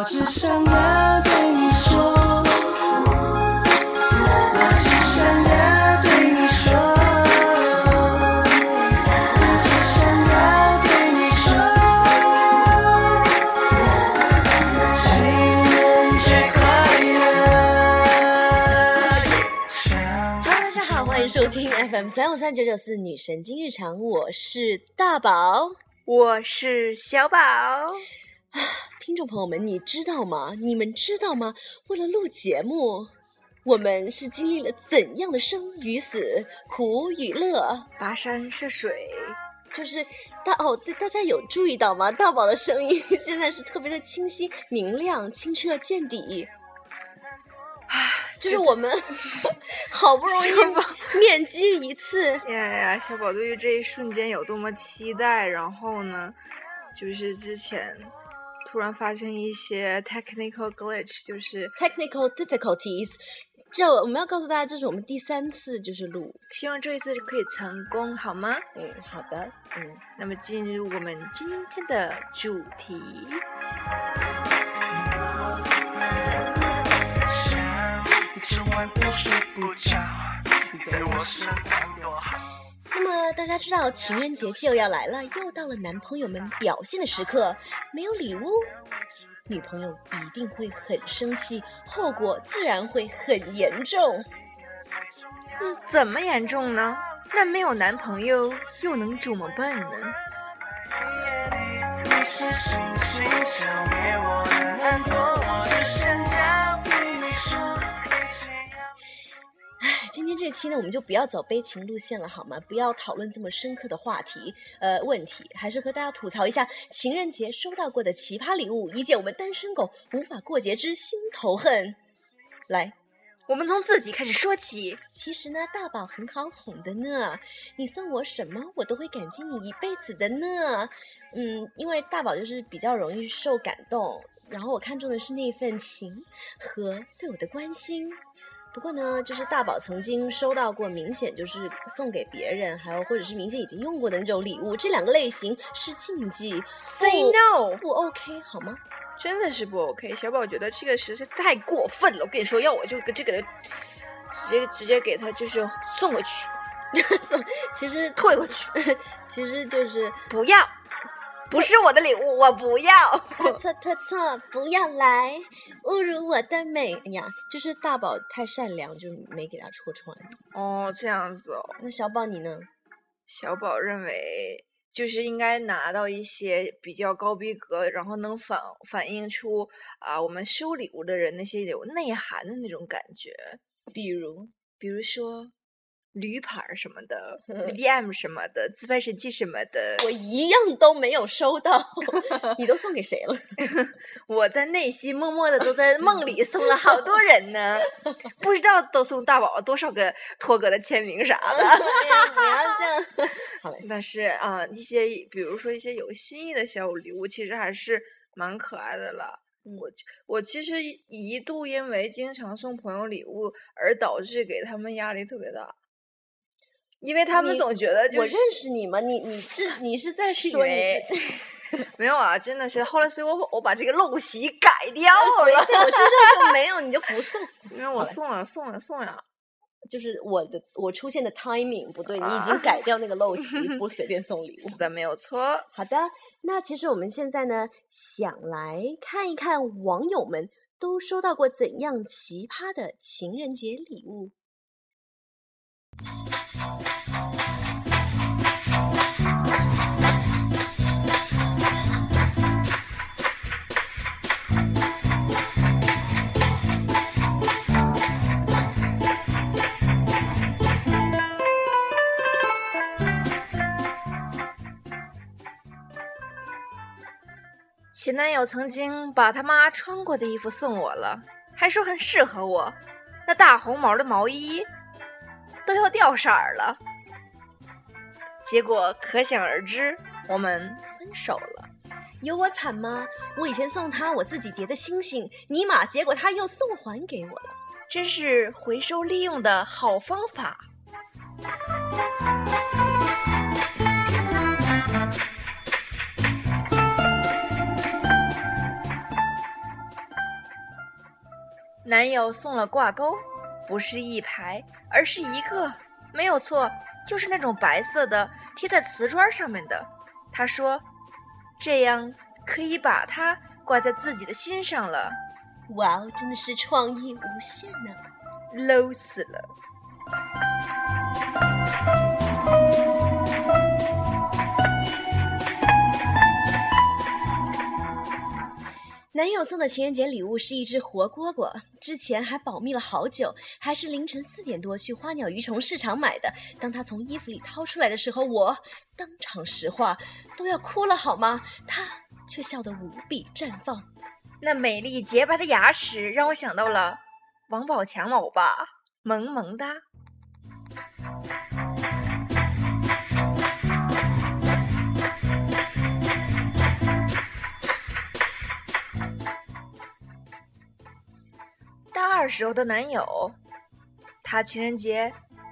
只想要对你说，我只想要对你说，我只想要对你说，情人节快乐。 大家好，欢迎收听 FM3539994女神经日常，我是大宝， 我是小宝。 听众朋友们，你们知道吗？为了录节目，我们是经历了怎样的生与死、苦与乐？ 跋山涉水， 就是大家有注意到吗？大宝的声音现在是特别的清晰、明亮、清澈见底。就是我们好不容易面基一次呀，小宝对于这一瞬间有多么期待，然后呢，就是之前突然发生一些 technical glitch， 就是 technical difficulties。我们要告诉大家，这是我们第3次就是录， 希望这一次可以成功，好吗？ 好的， 那么进入我们今天的主题。 那么大家知道情人节就要来了，又到了男朋友们表现的时刻，没有礼物，女朋友一定会很生气，后果自然会很严重。 怎么严重呢？那没有男朋友又能怎么办呢？ 今天这期呢，我们就不要走悲情路线了，好吗？不要讨论这么深刻的问题，还是和大家吐槽一下情人节收到过的奇葩礼物，以解我们单身狗无法过节之心头恨。来， 我们从自己开始说起。 其实呢，大宝很好哄的呢，你送我什么，我都会感激你一辈子的呢。因为大宝就是比较容易受感动，然后我看中的是那份情和对我的关心。不过呢，就是大宝曾经收到过明显就是送给别人，还有或者是明显已经用过的那种礼物，这2个类型是禁忌 ，say no， 不 OK 好吗？ 真的是不 OK。小宝觉得这个实在太过分了，我跟你说，要我就给他直接给他就是送过去， 其实退过去， 其实就是不要。不是我的礼物，我不要。 错，不要来侮辱我的美。哎呀，就是大宝太善良，就没给他戳穿。 哦，这样子哦。 那小宝你呢？ 小宝认为就是应该拿到一些比较高逼格，然后能反映出我们收礼物的人那些有内涵的那种感觉。比如说驴牌什么的，BDM 什么的，自拍神器什么的， 我一样都没有收到。你都送给谁了？ 我在内心默默的都在梦里送了好多人呢，不知道都送大宝多少个托哥的签名啥的。 不要这样。好嘞。 但是比如说一些有新意的小礼物，其实还是蛮可爱的了。我其实一度因为经常送朋友礼物而导致给他们压力特别大。因为他们总觉得我认识你吗？你是在说你没有啊，真的是后来，所以我把这个陋习改掉了。 在我身上就没有，你就不送。 因为我送呀， 就是我出现的 timing 不对，你已经改掉那个陋习，不随便送礼物。 是的，没有错。 好的，那其实我们现在呢，想来看一看网友们都收到过怎样奇葩的情人节礼物。 前男友曾经把他妈穿过的衣服送我了，还说很适合我，那大红毛的毛衣都要掉色了。结果可想而知，我们分手了。 有我惨吗？我以前送他我自己叠的星星，尼玛，结果他又送还给我了。 真是回收利用的好方法。 男友送了挂钩，不是一排，而是一个，没有错，就是那种白色的贴在瓷砖上面的。他说这样可以把它挂在自己的心上了。 哇哦，真的是创意无限呢 ，low 死了。 男友送的情人节礼物是一只活蝈蝈，之前还保密了好久，还是凌晨4点多去花鸟鱼虫市场买的。当他从衣服里掏出来的时候，我当场石化，都要哭了好吗？他却笑得无比绽放。 那美丽洁白的牙齿让我想到了王宝强欧巴，萌萌哒。大二时候的男友，他情人节，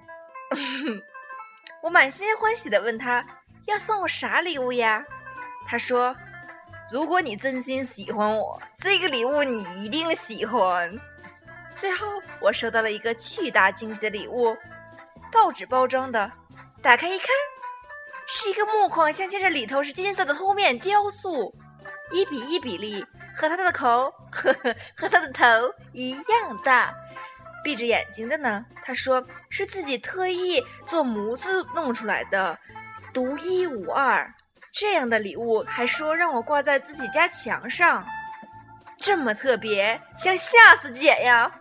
我满心欢喜地问他要送我啥礼物呀？他说，如果你真心喜欢我，这个礼物你一定喜欢。最后我收到了一个巨大惊喜的礼物，报纸包装的，打开一看，是一个木框，镶嵌着里头是金色的凸面雕塑，1比1比例，和他的头一样大。闭着眼睛的呢，他说是自己特意做模子弄出来的，独一无二。这样的礼物还说让我挂在自己家墙上，这么特别，想吓死姐呀！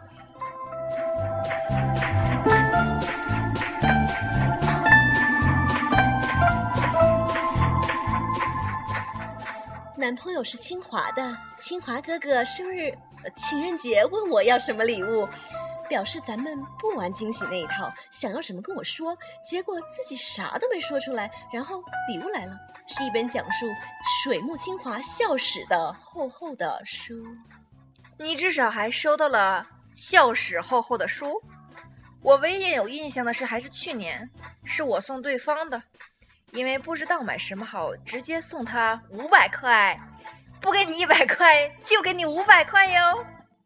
男朋友是清华的，清华哥哥情人节问我要什么礼物，表示咱们不玩惊喜那一套，想要什么跟我说，结果自己啥都没说出来，然后礼物来了，是一本讲述水木清华校史的厚厚的书。 你至少还收到了校史厚厚的书。我唯一有印象的是还是去年，是我送对方的，因为不知道买什么好，直接送他500块，不给你100块，就给你500块哟。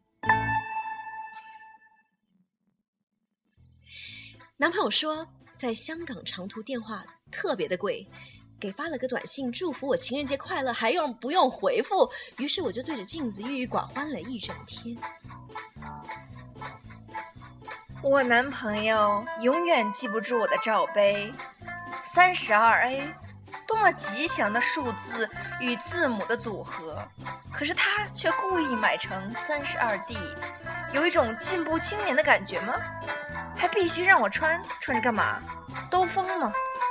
男朋友说在香港长途电话特别的贵，给发了个短信祝福我情人节快乐，还不用回复，于是我就对着镜子郁郁寡欢了一整天。 我男朋友永远记不住我的罩杯32A， 多么吉祥的数字与字母的组合，可是他却故意买成32D， 有一种进步青年的感觉吗？还必须让我穿着干嘛？兜风吗？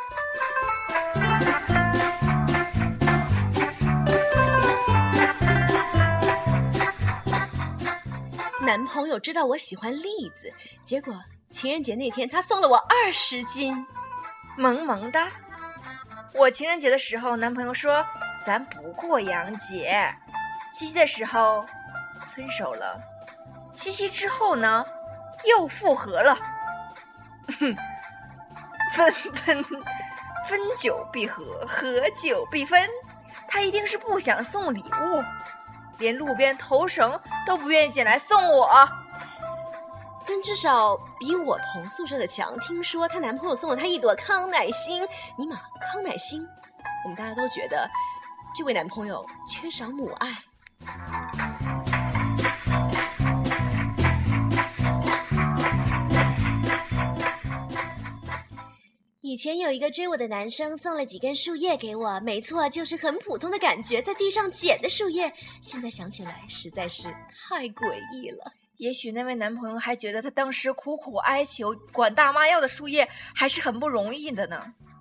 男朋友知道我喜欢栗子，结果情人节那天他送了我20斤， 萌萌哒。我情人节的时候，男朋友说咱不过洋节，七夕的时候分手了，七夕之后呢又复合了。分久必合，合久必分。他一定是不想送礼物，连路边头绳都不愿意捡来送我。 但至少比我同宿舍的强。听说她男朋友送了她一朵康乃馨，尼玛，康乃馨，我们大家都觉得这位男朋友缺少母爱。以前有一个追我的男生送了几根树叶给我，没错，就是很普通的感觉，在地上捡的树叶。现在想起来实在是太诡异了。 也许那位男朋友还觉得他当时苦苦哀求管大妈要的树叶还是很不容易的呢。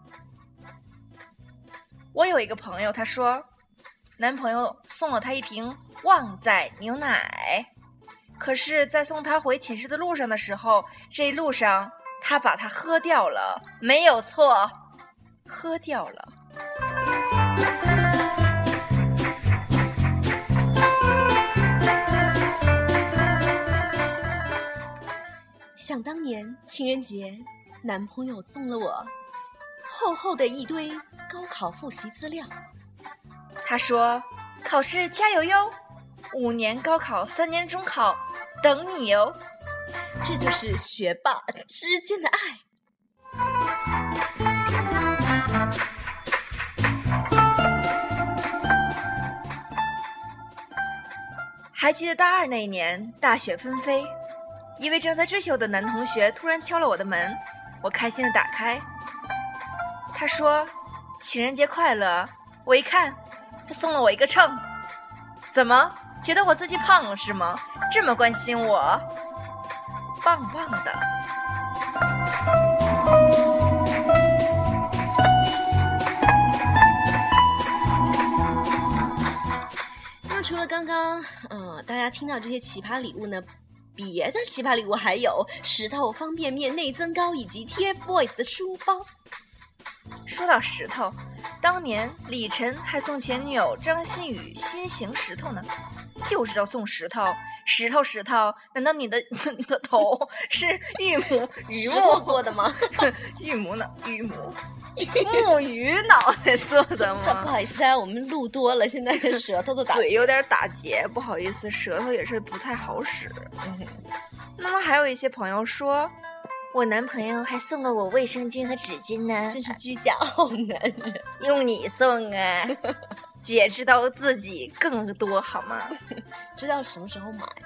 我有一个朋友，他说男朋友送了他一瓶旺仔牛奶，可是在送他回寝室的路上的时候，这一路上他把它喝掉了，没有错，喝掉了。 想当年情人节，男朋友送了我厚厚的一堆高考复习资料。 他说考试加油哟，5年高考3年中考， 等你哦。 这就是学霸之间的爱。 还记得大2那一年，大雪纷飞，一位正在追求的男同学突然敲了我的门，我开心地打开。他说：“情人节快乐。”我一看，他送了我一个秤。怎么，觉得我最近胖了是吗？这么关心我？棒棒的。 那么除了刚刚大家听到这些奇葩礼物呢，别的奇葩礼物还有石头、方便面、内增高以及 TFBOYS 的书包。 说到石头，当年李晨还送前女友张馨予心形石头呢，就知道送石头。石头，难道你的头是玉木石头做的吗？ 玉木呢？木鱼脑袋做的吗？ 不好意思，我们录多了，现在舌头都打结， 嘴有点打结，不好意思，舌头也是不太好使。那么还有一些朋友说，我男朋友还送了我卫生巾和纸巾呢， 真是居家好男人。 用你送啊。姐知道自己更多好吗？ 知道什么时候买吧。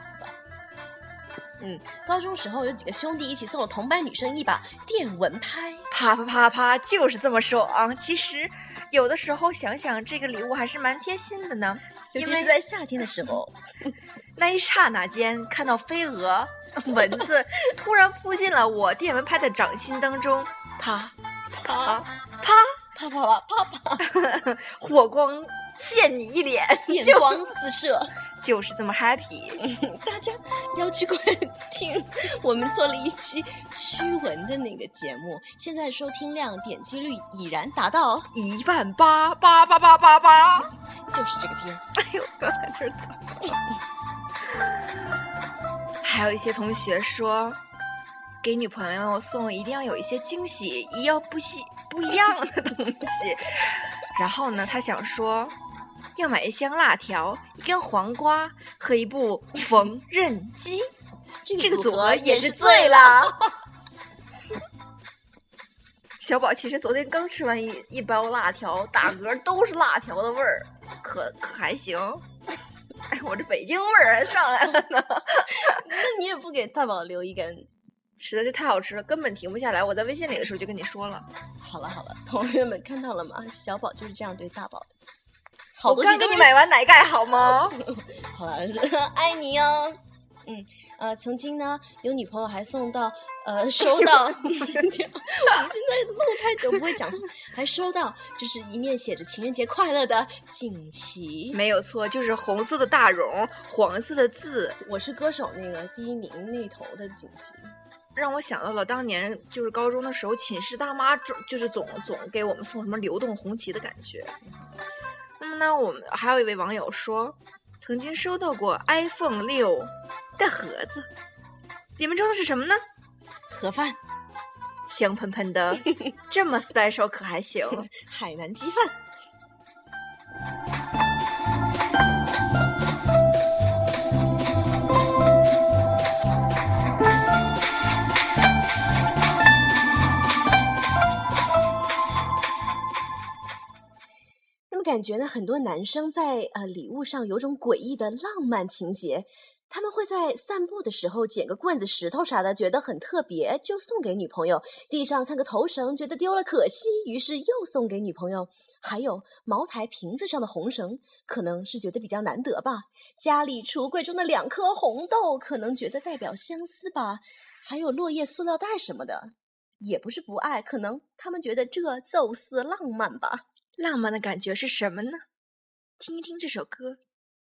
高中时候有几个兄弟一起送了同班女生一把电蚊拍， 啪啪啪啪，就是这么爽。其实有的时候想想，这个礼物还是蛮贴心的呢， 尤其是在夏天的时候。 那一刹那间，看到飞蛾、蚊子突然扑进了我电蚊拍的掌心当中，啪啪啪啪啪啪啪啪， 火光溅你一脸， 电光四射， 就是这么 happy。 大家要去快听，我们做了一期驱蚊的那个节目，现在收听量、点击率已然达到 1888888， 就是这个听。 哎呦，刚才这怎么了？还有一些同学说，给女朋友送一定要有一些惊喜，要不一样的东西。然后呢，他想说要买一箱辣条、一根黄瓜和一部缝纫机。这个组合也是醉了。小宝其实昨天刚吃完一包辣条，打嗝都是辣条的味儿，可还行。哎，我这北京味儿还上来了呢。 那你也不给大宝留一根？ 实在是太好吃了，根本停不下来。我在微信里的时候就跟你说了。 好了，同学们看到了吗？小宝就是这样对大宝的。 我刚给你买完奶盖好吗？ 好了，爱你哦。曾经呢，有女朋友还送到收到，我们现在录太久不会讲，还收到就是一面写着情人节快乐的锦旗， 没有错，就是红色的大绒，黄色的字， 我是歌手那个第1名那头的锦旗。 让我想到了当年就是高中的时候，寝室大妈就是总给我们送什么流动红旗的感觉。那么呢，我们还有一位网友说，曾经收到过 iPhone 6的盒子，里面装的是什么呢？ 盒饭， 香喷喷的，这么 special 可还行？ 海南鸡饭。感觉呢，很多男生在礼物上有种诡异的浪漫情节，他们会在散步的时候捡个棍子、石头啥的，觉得很特别，就送给女朋友；地上看个头绳，觉得丢了可惜，于是又送给女朋友。还有茅台瓶子上的红绳，可能是觉得比较难得吧；家里橱柜中的2颗红豆，可能觉得代表相思吧；还有落叶塑料袋什么的，也不是不爱，可能他们觉得这奏似浪漫吧。 浪漫的感觉是什么呢？听一听这首歌。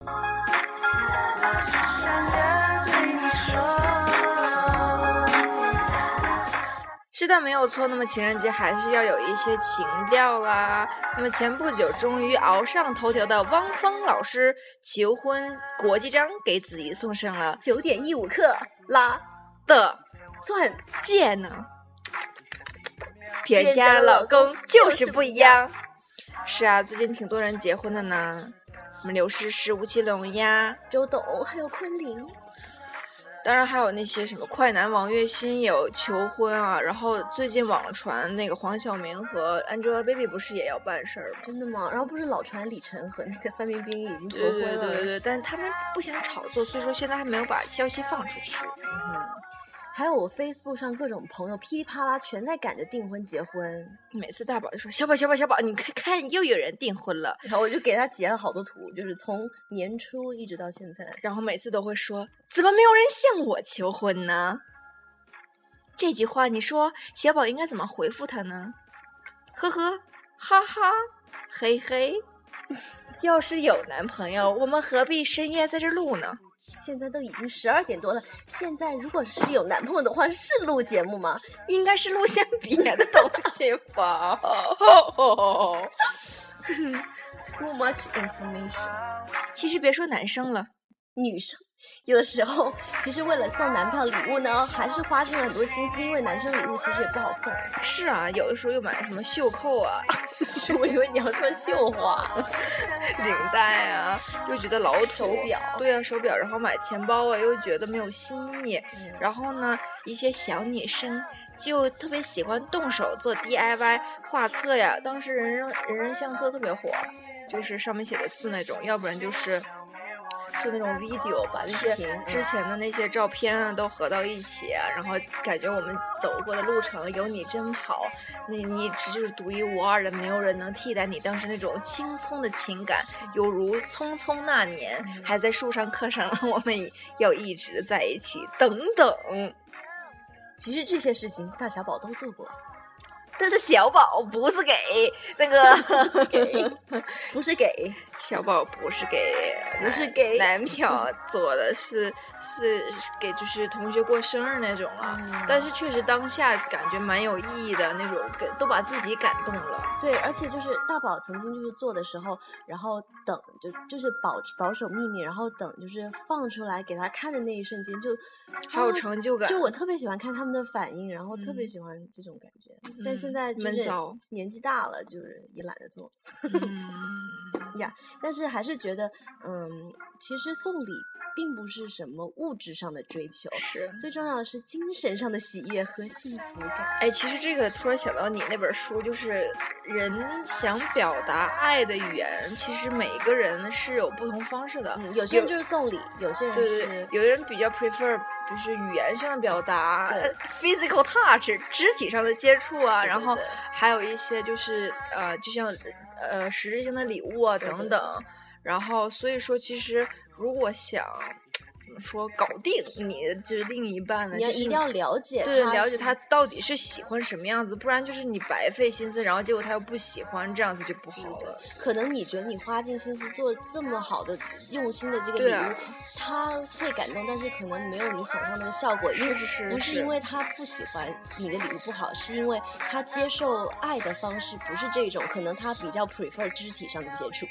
是的，没有错。那么情人节还是要有一些情调啦。那么前不久终于熬上头条的汪峰老师求婚国际章，给子怡送上了 9点15克拉的钻戒呢。别人家老公就是不一样。是啊，最近挺多人结婚的呢，什么刘诗诗、吴奇隆呀、 周董，还有昆凌。 当然还有那些什么快男王栎鑫也有求婚啊，然后最近网传那个黄晓明和 Angelababy 不是也要办事儿吗？ 真的吗？然后不是老传李晨和那个范冰冰已经求对婚了？ 对，但他们不想炒作，所以说现在还没有把消息放出去。 还有我 Facebook 上各种朋友噼里啪啦全在赶着订婚结婚， 每次大宝就说小宝，你看又有人订婚了， 然后我就给他截了好多图，就是从年初一直到现在， 然后每次都会说怎么没有人向我求婚呢？这句话你说小宝应该怎么回复他呢？呵呵，哈哈，嘿嘿。要是有男朋友，我们何必深夜在这录呢？ 现在都已经12点多了，现在如果是有男朋友的话，是录节目吗？ 应该是录些别的东西吧。 Too much information。 其实别说男生了， 女生有的时候其实为了送男票礼物呢，还是花尽了很多心思，因为男生礼物其实也不好送。 是啊，有的时候又买什么袖扣啊， 我以为你要说绣花、 领带啊，又觉得老土。 手表， 对啊，手表，然后买钱包啊，又觉得没有新意。然后呢，一些小女生就特别喜欢动手做 DIY 画册呀，当时人人相册特别火，就是上面写的字那种，要不然就是那种 video， 把那些之前的那些照片啊都合到一起啊，然后感觉我们走过的路程有你真好，你就是独一无二的，没有人能替代你当时那种青葱的情感，犹如匆匆那年，还在树上刻上了我们要一直在一起等等。 其实这些事情大小宝都做过， 但是小宝不是给那个不是给小宝不是给男票做的，是给就是同学过生日那种了。但是确实当下感觉蛮有意义的那种，都把自己感动了。 对，而且就是大宝曾经就是做的时候，然后等就是保守秘密，然后等就是放出来给他看的那一瞬间，就还有成就感。 就我特别喜欢看他们的反应，然后特别喜欢这种感觉。但现在就是年纪大了，就是也懒得做。呀，但是还是觉得，其实送礼并不是什么物质上的追求， 是最重要的是精神上的喜悦和幸福感。 哎，其实这个突然想到你那本书，就是人想表达爱的语言，其实每个人是有不同方式的。 有些人就是送礼，有些人对，有的人比较 prefer 就是语言上的表达 ，physical touch 肢体上的接触啊， 对， 然后还有一些就是就像实质性的礼物啊等等。然后所以说，其实如果想怎么说搞定你就是另一半呢， 你一定要了解他， 对，了解他到底是喜欢什么样子，不然就是你白费心思，然后结果他又不喜欢，这样子就不好了。 可能你觉得你花尽心思做这么好的用心的这个礼物，他会感动，但是可能没有你想象的效果。不是因为他不喜欢你的礼物不好，是因为他接受爱的方式不是这种，可能他比较 prefer 肢体上的接触。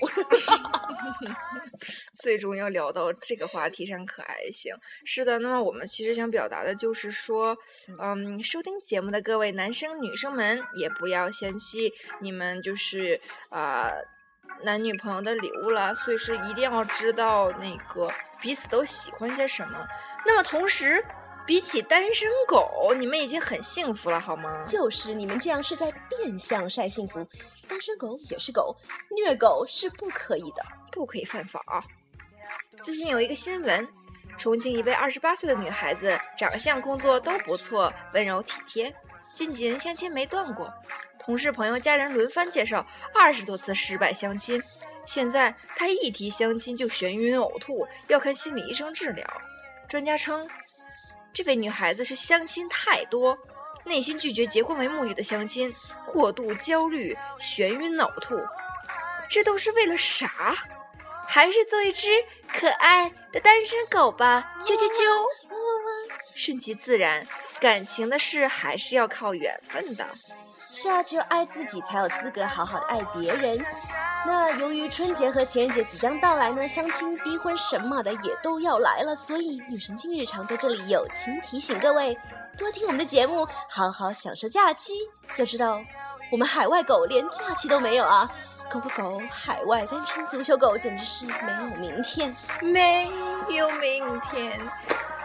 最终要聊到这个话题上，可还行。是的，那么我们其实想表达的就是说，收听节目的各位男生女生们，也不要嫌弃你们就是男女朋友的礼物了，所以是一定要知道那个彼此都喜欢些什么。那么同时，比起单身狗，你们已经很幸福了，好吗？ 就是你们这样是在变相晒幸福。单身狗也是狗，虐狗是不可以的， 不可以犯法。最近有一个新闻，重庆一位28岁的女孩子，长相工作都不错，温柔体贴，近几年相亲没断过，同事朋友家人轮番介绍，20多次失败相亲，现在她一提相亲就眩晕呕吐，要看心理医生治疗。专家称，这位女孩子是相亲太多，内心拒绝结婚为目的的相亲，过度焦虑，眩晕呕吐，这都是为了啥？还是做一只可爱的单身狗吧，啾啾啾！顺其自然，感情的事还是要靠缘分的。 是啊，只有爱自己才有资格好好的爱别人。那由于春节和情人节即将到来呢，相亲逼婚什么的也都要来了，所以女神经日常在这里友情提醒各位，多听我们的节目，好好享受假期。要知道我们海外狗连假期都没有啊，狗狗狗海外单身足球狗简直是没有明天， 没有明天。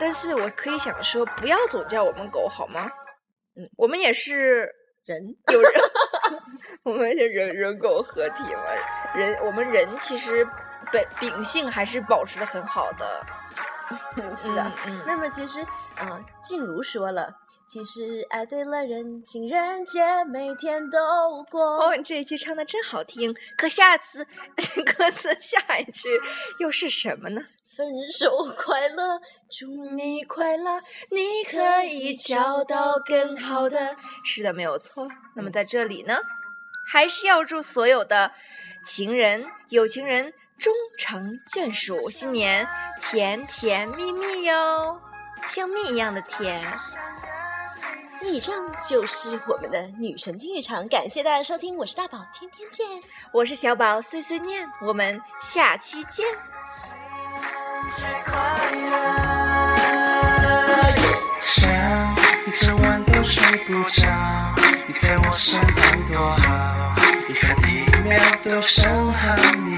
但是我可以想说，不要总叫我们狗好吗？我们也是人， 有人，我们是人狗合体嘛。我们人其实秉性还是保持的很好的。 是的。那么其实静茹说了，其实爱对了人，情人节每天都过。 哦，你这一期唱的真好听，可下次歌词下一句又是什么呢？ 分手快乐，祝你快乐，你可以找到更好的。 是的，没有错。那么在这里呢，还是要祝所有的情人、有情人终成眷属，新年甜甜蜜蜜哟，像蜜一样的甜。 以上就是我们的女神今日常，感谢大家收听，我是大宝，天天见。 我是小宝，碎碎念，我们下期见。 节快乐！想一整晚都睡不着，你在我身旁多好，一分一秒都想和你